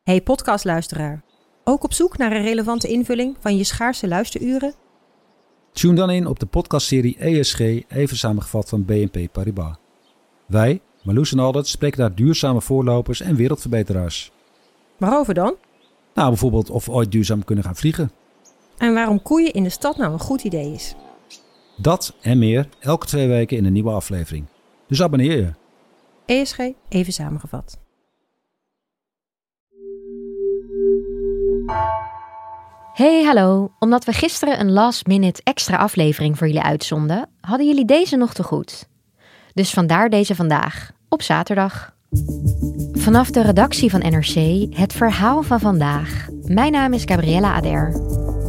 Hey podcastluisteraar, ook op zoek naar een relevante invulling van je schaarse luisteruren? Tune dan in op de podcastserie ESG, even samengevat van BNP Paribas. Wij, Marloes en Aldert, spreken daar duurzame voorlopers en wereldverbeteraars. Waarover dan? Nou, bijvoorbeeld of we ooit duurzaam kunnen gaan vliegen. En waarom koeien in de stad nou een goed idee is. Dat en meer elke 2 weken in een nieuwe aflevering. Dus abonneer je. ESG, even samengevat. Hey, hallo. Omdat we gisteren een last-minute extra aflevering voor jullie uitzonden, hadden jullie deze nog te goed. Dus vandaar deze vandaag, op zaterdag. Vanaf de redactie van NRC, het verhaal van vandaag. Mijn naam is Gabriella Ader.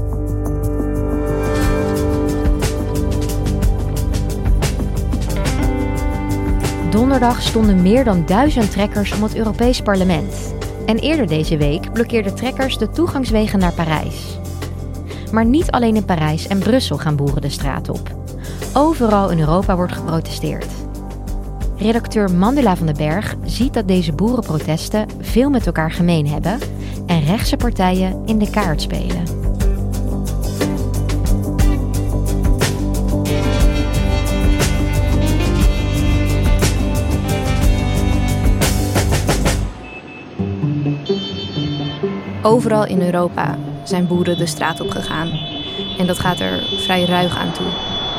Donderdag stonden meer dan 1000 trekkers om het Europees Parlement. En eerder deze week blokkeerden trekkers de toegangswegen naar Parijs. Maar niet alleen in Parijs en Brussel gaan boeren de straat op. Overal in Europa wordt geprotesteerd. Redacteur Mandela van den Berg ziet dat deze boerenprotesten veel met elkaar gemeen hebben en rechtse partijen in de kaart spelen. Overal in Europa zijn boeren de straat op gegaan. En dat gaat er vrij ruig aan toe.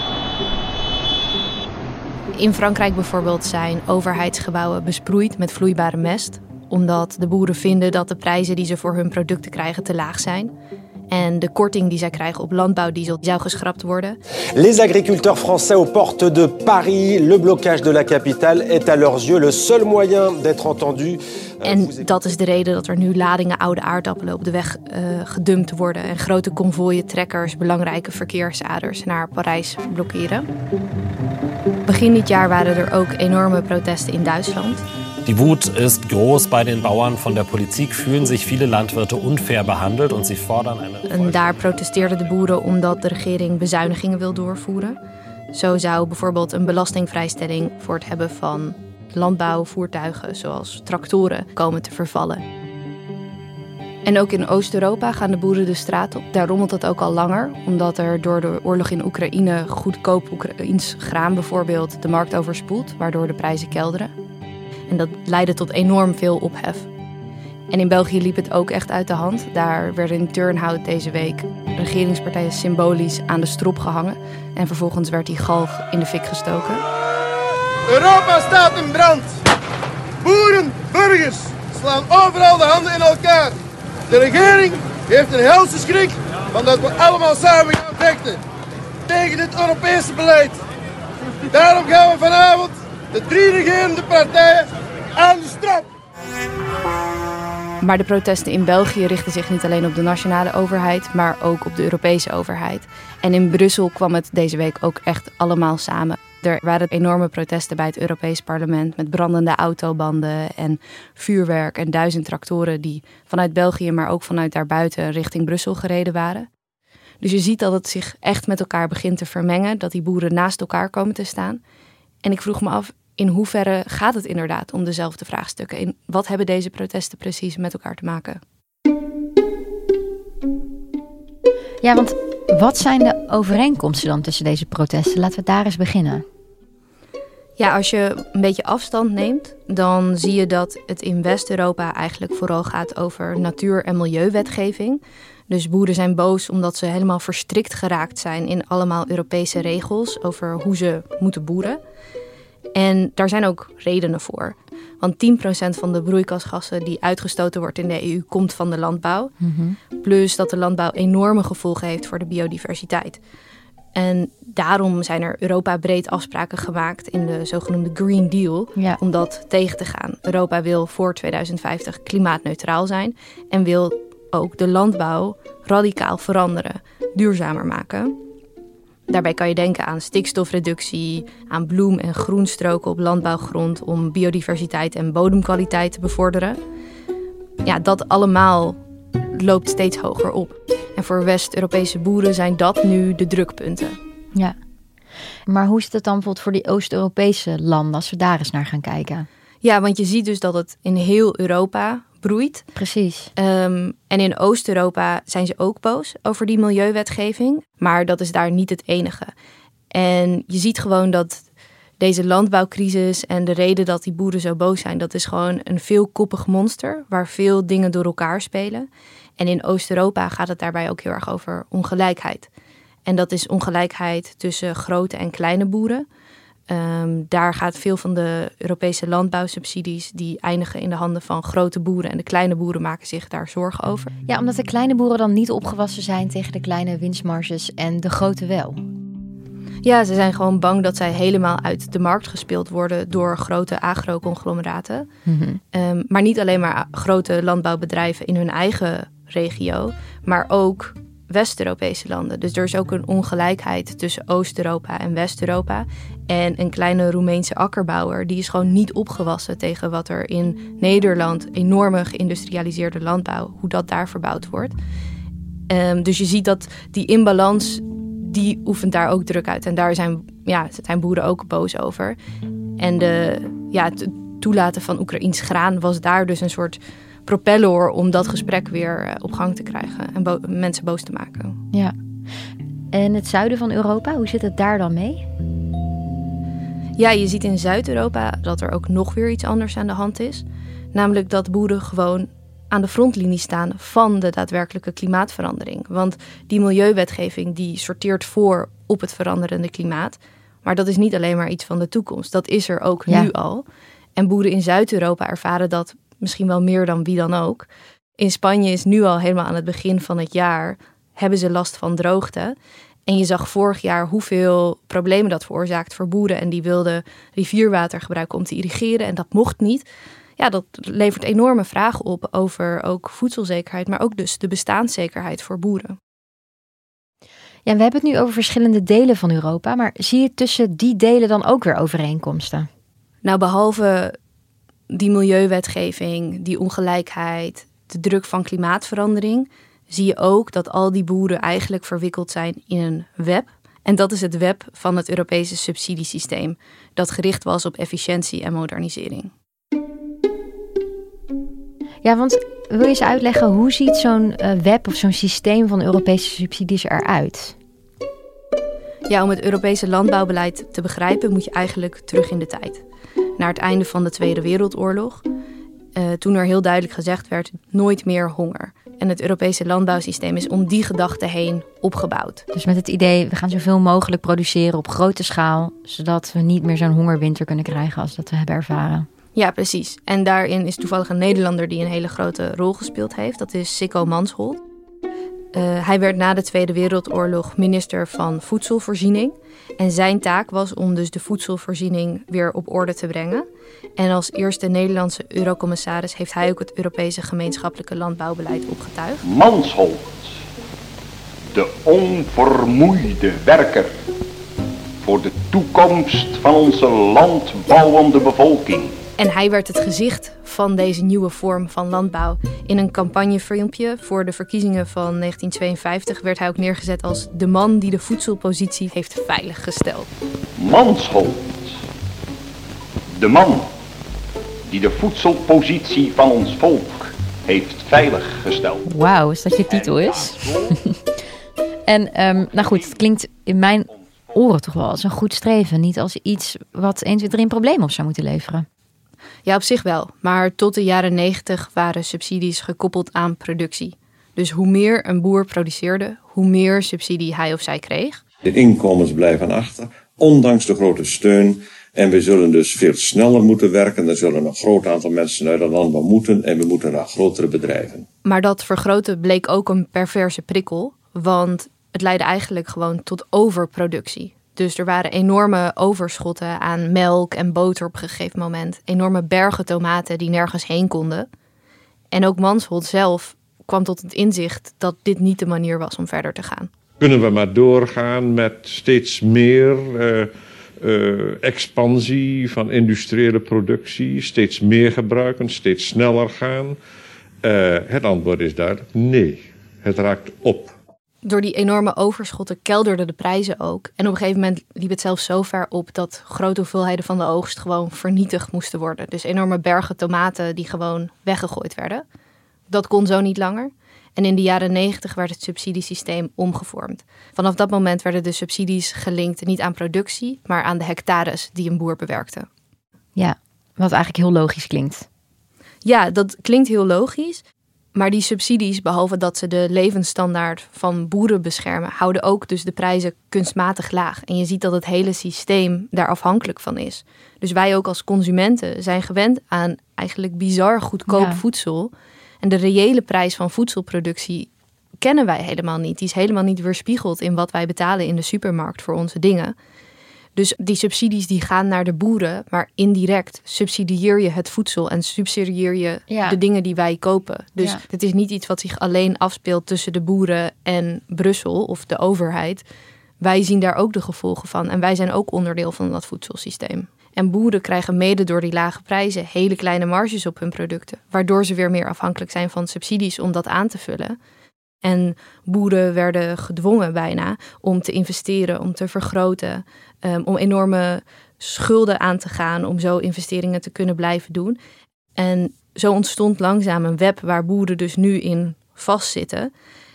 In Frankrijk bijvoorbeeld zijn overheidsgebouwen besproeid met vloeibare mest, omdat de boeren vinden dat de prijzen die ze voor hun producten krijgen te laag zijn. En de korting die zij krijgen op landbouwdiesel zou geschrapt worden. Les agriculteurs français aux portes de Paris. Le blocage de la capitale est à leurs yeux le seul moyen d'être entendu. En dat is de reden dat er nu ladingen oude aardappelen op de weg gedumpt worden. En grote konvooien trekkers belangrijke verkeersaders naar Parijs blokkeren. Begin dit jaar waren er ook enorme protesten in Duitsland. Die Wut ist groß bei den Bauern. Von der Politik fühlen sich viele Landwirte unfair behandelt und sie fordern eine... En daar protesteerden de boeren omdat de regering bezuinigingen wil doorvoeren. Zo zou bijvoorbeeld een belastingvrijstelling voor het hebben van landbouwvoertuigen zoals tractoren komen te vervallen. En ook in Oost-Europa gaan de boeren de straat op. Daar rommelt het ook al langer, omdat er door de oorlog in Oekraïne goedkoop Oekraïns graan bijvoorbeeld de markt overspoelt, waardoor de prijzen kelderen. En dat leidde tot enorm veel ophef. En in België liep het ook echt uit de hand. Daar werden in Turnhout deze week regeringspartijen symbolisch aan de strop gehangen. En vervolgens werd die galg in de fik gestoken. Europa staat in brand. Boeren, burgers slaan overal de handen in elkaar. De regering heeft een helse schrik van dat we allemaal samen gaan vechten tegen het Europese beleid. Daarom gaan we vanavond de 3 regerende partijen aan de strop. Maar de protesten in België richten zich niet alleen op de nationale overheid, maar ook op de Europese overheid. En in Brussel kwam het deze week ook echt allemaal samen. Er waren enorme protesten bij het Europees Parlement met brandende autobanden en vuurwerk en 1000 tractoren die vanuit België, maar ook vanuit daarbuiten richting Brussel gereden waren. Dus je ziet dat het zich echt met elkaar begint te vermengen, dat die boeren naast elkaar komen te staan. En ik vroeg me af, in hoeverre gaat het inderdaad om dezelfde vraagstukken? En wat hebben deze protesten precies met elkaar te maken? Ja, want wat zijn de overeenkomsten dan tussen deze protesten? Laten we daar eens beginnen. Ja, als je een beetje afstand neemt, dan zie je dat het in West-Europa eigenlijk vooral gaat over natuur- en milieuwetgeving. Dus boeren zijn boos omdat ze helemaal verstrikt geraakt zijn in allemaal Europese regels over hoe ze moeten boeren. En daar zijn ook redenen voor. Want 10% van de broeikasgassen die uitgestoten wordt in de EU komt van de landbouw. Mm-hmm. Plus dat de landbouw enorme gevolgen heeft voor de biodiversiteit. En daarom zijn er Europa-breed afspraken gemaakt in de zogenoemde Green Deal, om dat tegen te gaan. Europa wil voor 2050 klimaatneutraal zijn en wil ook de landbouw radicaal veranderen, duurzamer maken. Daarbij kan je denken aan stikstofreductie, aan bloem- en groenstroken op landbouwgrond om biodiversiteit en bodemkwaliteit te bevorderen. Ja, dat allemaal loopt steeds hoger op. En voor West-Europese boeren zijn dat nu de drukpunten. Ja, maar hoe zit het dan bijvoorbeeld voor die Oost-Europese landen als we daar eens naar gaan kijken? Ja, want je ziet dus dat het in heel Europa broeit. Precies. En in Oost-Europa zijn ze ook boos over die milieuwetgeving. Maar dat is daar niet het enige. En je ziet gewoon dat deze landbouwcrisis en de reden dat die boeren zo boos zijn, dat is gewoon een veelkoppig monster waar veel dingen door elkaar spelen. En in Oost-Europa gaat het daarbij ook heel erg over ongelijkheid. En dat is ongelijkheid tussen grote en kleine boeren. Daar gaat veel van de Europese landbouwsubsidies, die eindigen in de handen van grote boeren. En de kleine boeren maken zich daar zorgen over. Ja, omdat de kleine boeren dan niet opgewassen zijn tegen de kleine winstmarges en de grote wel. Ja, ze zijn gewoon bang dat zij helemaal uit de markt gespeeld worden door grote agroconglomeraten. Mm-hmm. Maar niet alleen maar grote landbouwbedrijven in hun eigen regio, maar ook West-Europese landen. Dus er is ook een ongelijkheid tussen Oost-Europa en West-Europa. En een kleine Roemeense akkerbouwer, die is gewoon niet opgewassen tegen wat er in Nederland, enorme geïndustrialiseerde landbouw, hoe dat daar verbouwd wordt. Dus je ziet dat die imbalans, die oefent daar ook druk uit. En daar zijn boeren ook boos over. En het toelaten van Oekraïns graan was daar dus een soort propeller om dat gesprek weer op gang te krijgen en mensen boos te maken. Ja. En het zuiden van Europa, hoe zit het daar dan mee? Ja, je ziet in Zuid-Europa dat er ook nog weer iets anders aan de hand is. Namelijk dat boeren gewoon aan de frontlinie staan van de daadwerkelijke klimaatverandering. Want die milieuwetgeving die sorteert voor op het veranderende klimaat. Maar dat is niet alleen maar iets van de toekomst. Dat is er ook nu al. En boeren in Zuid-Europa ervaren dat misschien wel meer dan wie dan ook. In Spanje is nu al helemaal aan het begin van het jaar, hebben ze last van droogte. En je zag vorig jaar hoeveel problemen dat veroorzaakt voor boeren. En die wilden rivierwater gebruiken om te irrigeren. En dat mocht niet. Ja, dat levert enorme vragen op over ook voedselzekerheid, maar ook dus de bestaanszekerheid voor boeren. Ja, we hebben het nu over verschillende delen van Europa, maar zie je tussen die delen dan ook weer overeenkomsten? Nou, behalve die milieuwetgeving, die ongelijkheid, de druk van klimaatverandering, zie je ook dat al die boeren eigenlijk verwikkeld zijn in een web. En dat is het web van het Europese subsidiesysteem, dat gericht was op efficiëntie en modernisering. Ja, want wil je eens uitleggen, hoe ziet zo'n web of zo'n systeem van Europese subsidies eruit? Ja, om het Europese landbouwbeleid te begrijpen moet je eigenlijk terug in de tijd. Naar het einde van de Tweede Wereldoorlog. Toen er heel duidelijk gezegd werd, nooit meer honger. En het Europese landbouwsysteem is om die gedachte heen opgebouwd. Dus met het idee, we gaan zoveel mogelijk produceren op grote schaal, zodat we niet meer zo'n hongerwinter kunnen krijgen als dat we hebben ervaren. Ja, precies. En daarin is toevallig een Nederlander die een hele grote rol gespeeld heeft. Dat is Sicco Mansholt. Hij werd na de Tweede Wereldoorlog minister van Voedselvoorziening. En zijn taak was om dus de voedselvoorziening weer op orde te brengen. En als eerste Nederlandse eurocommissaris heeft hij ook het Europese gemeenschappelijke landbouwbeleid opgetuigd. Mansholt, de onvermoeide werker voor de toekomst van onze landbouwende bevolking. En hij werd het gezicht van deze nieuwe vorm van landbouw. In een campagnefilmpje voor de verkiezingen van 1952 werd hij ook neergezet als de man die de voedselpositie heeft veiliggesteld. Mansholt, de man die de voedselpositie van ons volk heeft veiliggesteld. Wauw, is dat je titel is? En nou goed, het klinkt in mijn oren toch wel als een goed streven. Niet als iets wat 1, 2, 3 een probleem op zou moeten leveren. Ja, op zich wel. Maar tot de jaren 90 waren subsidies gekoppeld aan productie. Dus hoe meer een boer produceerde, hoe meer subsidie hij of zij kreeg. De inkomens blijven achter, ondanks de grote steun. En we zullen dus veel sneller moeten werken. Er zullen een groot aantal mensen uit het landbouw moeten. En we moeten naar grotere bedrijven. Maar dat vergroten bleek ook een perverse prikkel. Want het leidde eigenlijk gewoon tot overproductie. Dus er waren enorme overschotten aan melk en boter op een gegeven moment. Enorme bergen tomaten die nergens heen konden. En ook Mansholt zelf kwam tot het inzicht dat dit niet de manier was om verder te gaan. Kunnen we maar doorgaan met steeds meer expansie van industriële productie, steeds meer gebruiken, steeds sneller gaan? Het antwoord is duidelijk nee. Het raakt op. Door die enorme overschotten kelderden de prijzen ook. En op een gegeven moment liep het zelfs zo ver op dat grote hoeveelheden van de oogst gewoon vernietigd moesten worden. Dus enorme bergen tomaten die gewoon weggegooid werden. Dat kon zo niet langer. En in de jaren 90 werd het subsidiesysteem omgevormd. Vanaf dat moment werden de subsidies gelinkt niet aan productie, maar aan de hectares die een boer bewerkte. Ja, wat eigenlijk heel logisch klinkt. Ja, dat klinkt heel logisch. Maar die subsidies, behalve dat ze de levensstandaard van boeren beschermen, houden ook dus de prijzen kunstmatig laag. En je ziet dat het hele systeem daar afhankelijk van is. Dus wij ook als consumenten zijn gewend aan eigenlijk bizar goedkoop voedsel. En de reële prijs van voedselproductie kennen wij helemaal niet. Die is helemaal niet weerspiegeld in wat wij betalen in de supermarkt voor onze dingen. Dus die subsidies die gaan naar de boeren, maar indirect subsidieer je het voedsel en subsidieer je de dingen die wij kopen. Dus het is niet iets wat zich alleen afspeelt tussen de boeren en Brussel of de overheid. Wij zien daar ook de gevolgen van en wij zijn ook onderdeel van dat voedselsysteem. En boeren krijgen mede door die lage prijzen hele kleine marges op hun producten, waardoor ze weer meer afhankelijk zijn van subsidies om dat aan te vullen. En boeren werden gedwongen bijna om te investeren, om te vergroten, om enorme schulden aan te gaan, om zo investeringen te kunnen blijven doen. En zo ontstond langzaam een web waar boeren dus nu in vastzitten.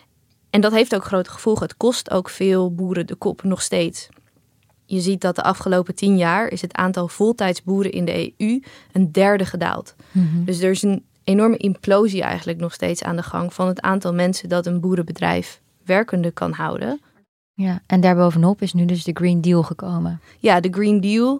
En dat heeft ook grote gevolgen. Het kost ook veel boeren de kop, nog steeds. Je ziet dat de afgelopen 10 jaar is het aantal voltijdsboeren in de EU 1/3 gedaald. Mm-hmm. Dus er is een enorme implosie eigenlijk nog steeds aan de gang van het aantal mensen dat een boerenbedrijf werkende kan houden. Ja, en daarbovenop is nu dus de Green Deal gekomen. Ja, de Green Deal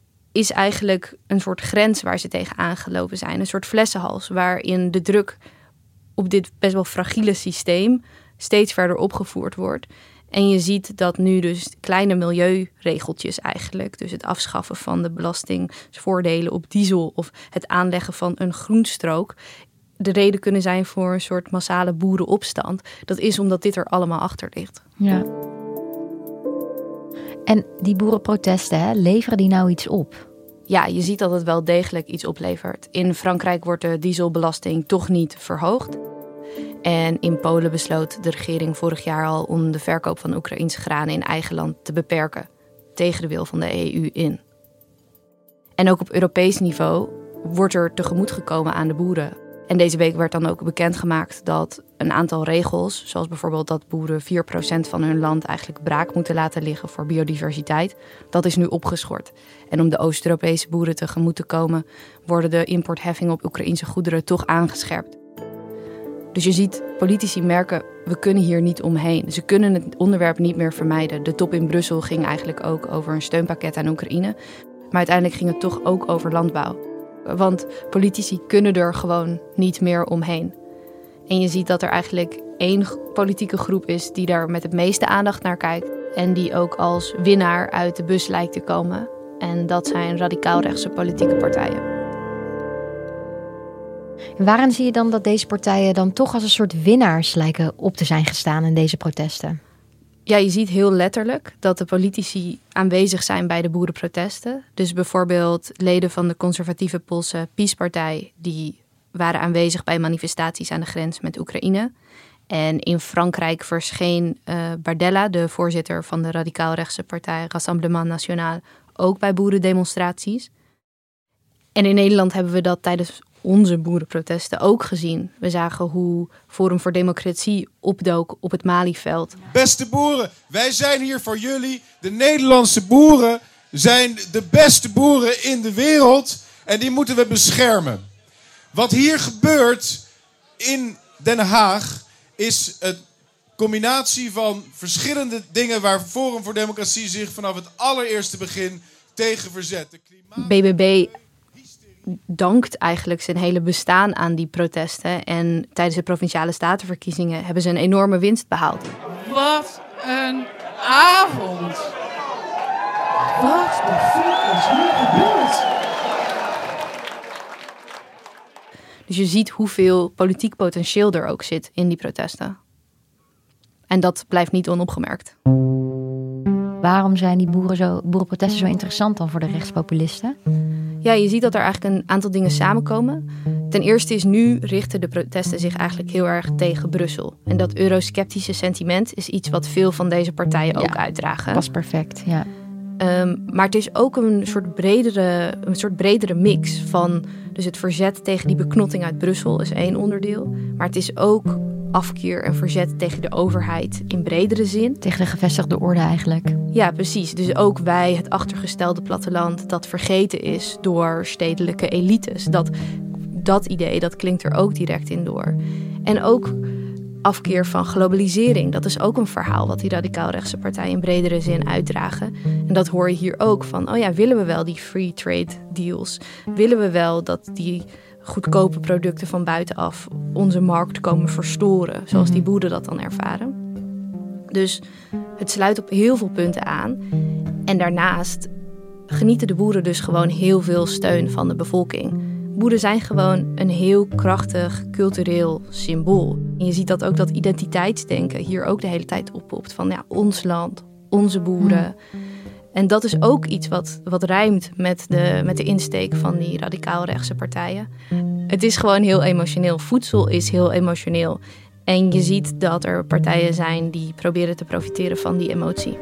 is eigenlijk een soort grens waar ze tegenaan gelopen zijn. Een soort flessenhals waarin de druk op dit best wel fragiele systeem steeds verder opgevoerd wordt. En je ziet dat nu dus kleine milieuregeltjes eigenlijk, dus het afschaffen van de belastingsvoordelen op diesel of het aanleggen van een groenstrook, de reden kunnen zijn voor een soort massale boerenopstand. Dat is omdat dit er allemaal achter ligt. Ja. En die boerenprotesten, leveren die nou iets op? Ja, je ziet dat het wel degelijk iets oplevert. In Frankrijk wordt de dieselbelasting toch niet verhoogd. En in Polen besloot de regering vorig jaar al om de verkoop van Oekraïense granen in eigen land te beperken. Tegen de wil van de EU in. En ook op Europees niveau wordt er tegemoet gekomen aan de boeren. En deze week werd dan ook bekendgemaakt dat een aantal regels, zoals bijvoorbeeld dat boeren 4% van hun land eigenlijk braak moeten laten liggen voor biodiversiteit, dat is nu opgeschort. En om de Oost-Europese boeren tegemoet te komen, worden de importheffingen op Oekraïense goederen toch aangescherpt. Dus je ziet, politici merken, we kunnen hier niet omheen. Ze kunnen het onderwerp niet meer vermijden. De top in Brussel ging eigenlijk ook over een steunpakket aan Oekraïne. Maar uiteindelijk ging het toch ook over landbouw. Want politici kunnen er gewoon niet meer omheen. En je ziet dat er eigenlijk 1 politieke groep is die daar met het meeste aandacht naar kijkt. En die ook als winnaar uit de bus lijkt te komen. En dat zijn radicaal-rechtse politieke partijen. En waarin zie je dan dat deze partijen dan toch als een soort winnaars lijken op te zijn gestaan in deze protesten? Ja, je ziet heel letterlijk dat de politici aanwezig zijn bij de boerenprotesten. Dus bijvoorbeeld leden van de conservatieve Poolse PiS-partij, die waren aanwezig bij manifestaties aan de grens met Oekraïne. En in Frankrijk verscheen Bardella, de voorzitter van de radicaal-rechtse partij Rassemblement National, ook bij boerendemonstraties. En in Nederland hebben we dat tijdens onze boerenprotesten ook gezien. We zagen hoe Forum voor Democratie opdook op het Malieveld. Beste boeren, wij zijn hier voor jullie. De Nederlandse boeren zijn de beste boeren in de wereld en die moeten we beschermen. Wat hier gebeurt in Den Haag is een combinatie van verschillende dingen waar Forum voor Democratie zich vanaf het allereerste begin tegen verzet. BBB dankt eigenlijk zijn hele bestaan aan die protesten. En tijdens de Provinciale Statenverkiezingen hebben ze een enorme winst behaald. Wat een avond! Wat de fuck is nu gebeurd? Dus je ziet hoeveel politiek potentieel er ook zit in die protesten. En dat blijft niet onopgemerkt. Waarom zijn die boerenprotesten zo interessant dan voor de rechtspopulisten? Ja, je ziet dat er eigenlijk een aantal dingen samenkomen. Ten eerste is nu richten de protesten zich eigenlijk heel erg tegen Brussel. En dat eurosceptische sentiment is iets wat veel van deze partijen ook uitdragen. Dat is perfect, ja. Maar het is ook een soort bredere mix van... Dus het verzet tegen die beknotting uit Brussel is één onderdeel. Maar het is ook afkeer en verzet tegen de overheid in bredere zin. Tegen de gevestigde orde eigenlijk. Ja, precies. Dus ook wij, het achtergestelde platteland... dat vergeten is door stedelijke elites. Dat idee, dat klinkt er ook direct in door. En ook afkeer van globalisering. Dat is ook een verhaal wat die radicaal-rechtse partijen in bredere zin uitdragen. En dat hoor je hier ook van, willen we wel die free trade deals? Willen we wel dat die goedkope producten van buitenaf onze markt komen verstoren? Zoals die boeren dat dan ervaren. Dus het sluit op heel veel punten aan. En daarnaast genieten de boeren dus gewoon heel veel steun van de bevolking. Boeren zijn gewoon een heel krachtig cultureel symbool. En je ziet dat ook dat identiteitsdenken hier ook de hele tijd oppopt. Van ons land, onze boeren. En dat is ook iets wat rijmt met de insteek van die radicaal-rechtse partijen. Het is gewoon heel emotioneel. Voedsel is heel emotioneel. En je ziet dat er partijen zijn die proberen te profiteren van die emotie.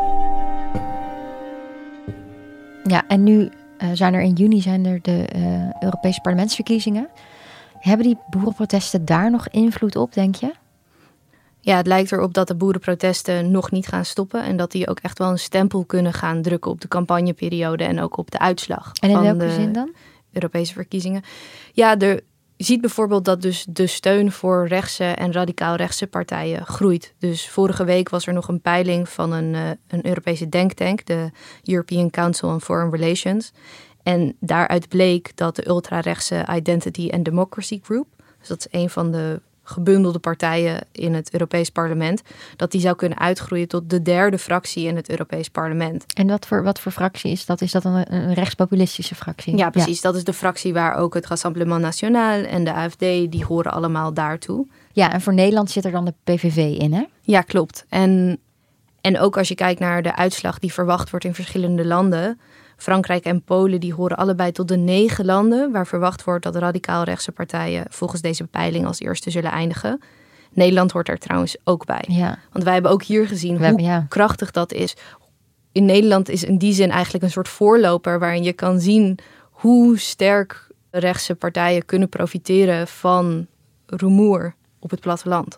Ja, en nu zijn er in juni de Europese parlementsverkiezingen. Hebben die boerenprotesten daar nog invloed op, denk je? Ja, het lijkt erop dat de boerenprotesten nog niet gaan stoppen. En dat die ook echt wel een stempel kunnen gaan drukken op de campagneperiode en ook op de uitslag. En in welke zin dan? Europese verkiezingen. Ja, je ziet bijvoorbeeld dat dus de steun voor rechtse en radicaal-rechtse partijen groeit. Dus vorige week was er nog een peiling van een Europese denktank, de European Council on Foreign Relations. En daaruit bleek dat de ultrarechtse Identity and Democracy Group, dus dat is een van de gebundelde partijen in het Europees Parlement, dat die zou kunnen uitgroeien tot de derde fractie in het Europees Parlement. En wat voor fractie is dat? Is dat een rechtspopulistische fractie? Ja, precies. Ja. Dat is de fractie waar ook het Rassemblement National en de AFD, die horen allemaal daartoe. Ja, en voor Nederland zit er dan de PVV in, hè? Ja, klopt. En ook als je kijkt naar de uitslag die verwacht wordt in verschillende landen, Frankrijk en Polen, die horen allebei tot de 9 landen waar verwacht wordt dat radicaal-rechtse partijen volgens deze peiling als eerste zullen eindigen. Nederland hoort er trouwens ook bij. Ja. Want wij hebben ook hier gezien hoe krachtig dat is. In Nederland is in die zin eigenlijk een soort voorloper waarin je kan zien hoe sterk rechtse partijen kunnen profiteren van rumoer op het platteland.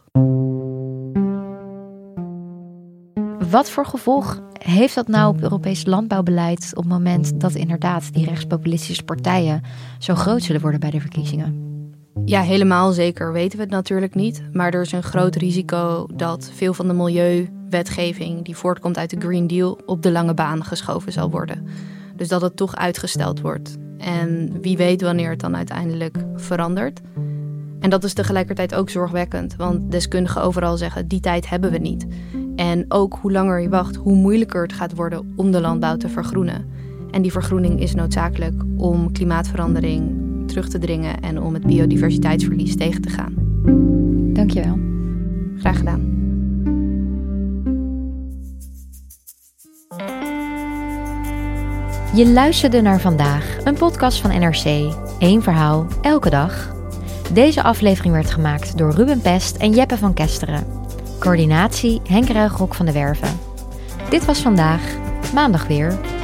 Wat voor gevolg heeft dat nou op het Europees landbouwbeleid op het moment dat inderdaad die rechtspopulistische partijen zo groot zullen worden bij de verkiezingen? Ja, helemaal zeker weten we het natuurlijk niet. Maar er is een groot risico dat veel van de milieuwetgeving die voortkomt uit de Green Deal op de lange baan geschoven zal worden. Dus dat het toch uitgesteld wordt. En wie weet wanneer het dan uiteindelijk verandert. En dat is tegelijkertijd ook zorgwekkend. Want deskundigen overal zeggen, die tijd hebben we niet. En ook hoe langer je wacht, hoe moeilijker het gaat worden om de landbouw te vergroenen. En die vergroening is noodzakelijk om klimaatverandering terug te dringen en om het biodiversiteitsverlies tegen te gaan. Dankjewel. Graag gedaan. Je luisterde naar Vandaag, een podcast van NRC. 1 verhaal, elke dag. Deze aflevering werd gemaakt door Ruben Pest en Jeppe van Kesteren. Coördinatie Henk Ruigrok van de Werven. Dit was Vandaag, maandag weer.